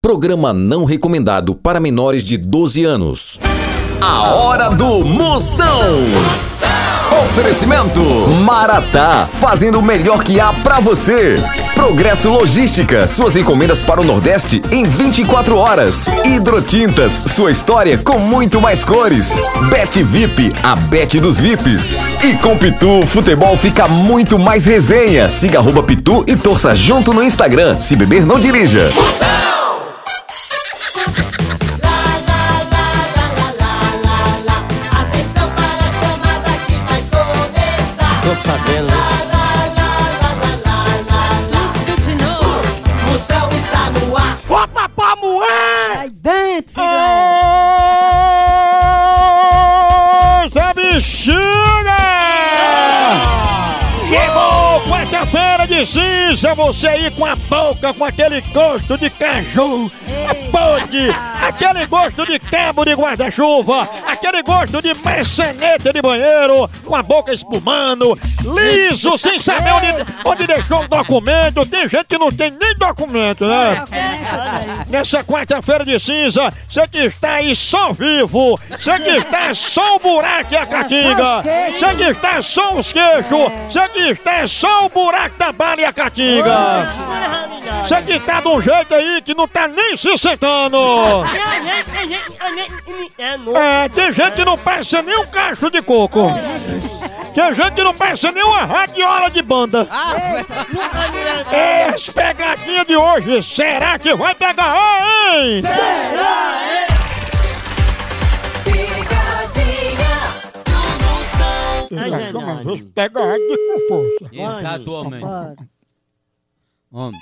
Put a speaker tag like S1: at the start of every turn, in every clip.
S1: Programa não recomendado para menores de 12 anos. A Hora do Moção. Oferecimento Maratá, fazendo o melhor que há pra você. Progresso Logística, suas encomendas para o Nordeste em 24 horas. Hidrotintas, sua história com muito mais cores. Bet VIP, a Bet dos VIPs. E com Pitu, futebol fica muito mais resenha. Siga @Pitu e torça junto no Instagram. Se beber, não dirija.
S2: Tô sabendo.
S3: Tudo de novo.
S4: Moção está no ar.
S5: Bota pra moer!
S3: Aí dentro, filho.
S5: Essa bexiga! Chegou quarta-feira de cinza, você aí com a boca, com aquele gosto de caju, pode, aquele gosto de cabo de guarda-chuva, aquele gosto de maçaneta de banheiro, com a boca espumando, liso, sem saber onde deixou o documento. Tem gente que não tem nem documento, né? Nessa quarta-feira de cinza, você que está aí só vivo, você que está só o buraco e a catinga, você que está só os queixos, você que está só o buraco da bala e a catinga, você que está de um jeito aí que não tá nem se sentando. Tem gente que não passa nem um cacho de coco. Tem gente que não passa nem uma radiola de banda. As pegadinhas de hoje, será que vai pegar, hein?
S4: Será, hein?
S3: Pegadinha do Moção.
S5: Pega aqui com força.
S2: Exatamente. Homem.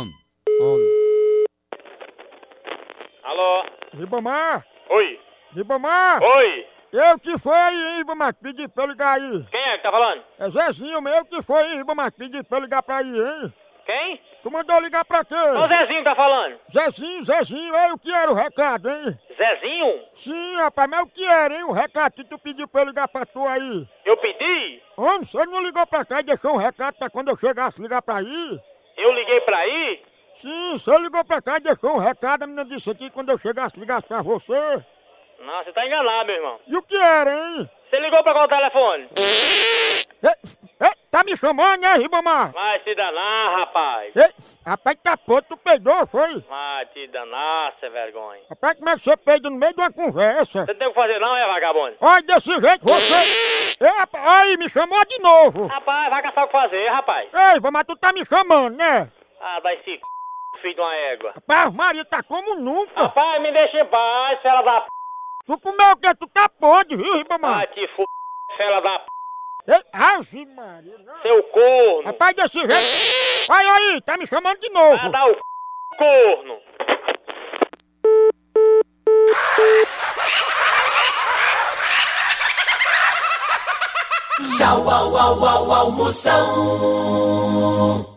S6: Alô?
S5: Ribamar!
S6: Oi?
S5: Ribamar!
S6: Oi?
S5: Eu que foi, hein, Ribamar, que pedi pra eu ligar aí.
S6: Quem é que tá falando?
S5: É Zezinho, meu que foi, hein, Ribamar, que pedi pra eu ligar pra aí, hein?
S6: Quem?
S5: Tu mandou ligar pra quê?
S6: O Zezinho tá falando.
S5: Zezinho, aí o que era o recado, hein?
S6: Zezinho?
S5: Sim, rapaz, mas o que era, hein, o recado que tu pediu pra eu ligar pra tu aí?
S6: Eu pedi?
S5: Homem, você não ligou pra cá e deixou um recado pra quando eu chegasse ligar pra aí?
S6: Eu liguei pra aí?
S5: Sim, você ligou pra cá e deixou um recado, a menina disse aqui quando eu chegasse ligasse pra você.
S6: Não, você tá enganado, meu irmão.
S5: E o que era, hein?
S6: Você ligou pra qual telefone?
S5: Tá me chamando, né, Ribamar?
S6: Vai se danar, rapaz.
S5: Rapaz, capô, tu peidou, foi?
S6: Vai te danar, cê vergonha.
S5: Rapaz, como é que você peida no meio de uma conversa?
S6: Você não tem o que fazer não, é vagabundo?
S5: Olha, desse jeito você... rapaz, aí, me chamou de novo.
S6: Rapaz, vai caçar o que fazer, rapaz.
S5: Ei, Ribamar, tu tá me chamando, né?
S6: Ah, vai se filho de uma égua.
S5: Rapaz, Maria, tá como nunca.
S6: Rapaz, me deixa em paz, fela da
S5: Tu comeu o quê? Tu tá podre, viu, Ribamar?
S6: Vai te fela da
S5: Ave Maria, não.
S6: seu corno.
S5: Rapaz, desse jeito... Olha aí, tá me chamando de novo.
S6: Vai dar o corno.
S4: Tchau, au, au, au, au, Moção.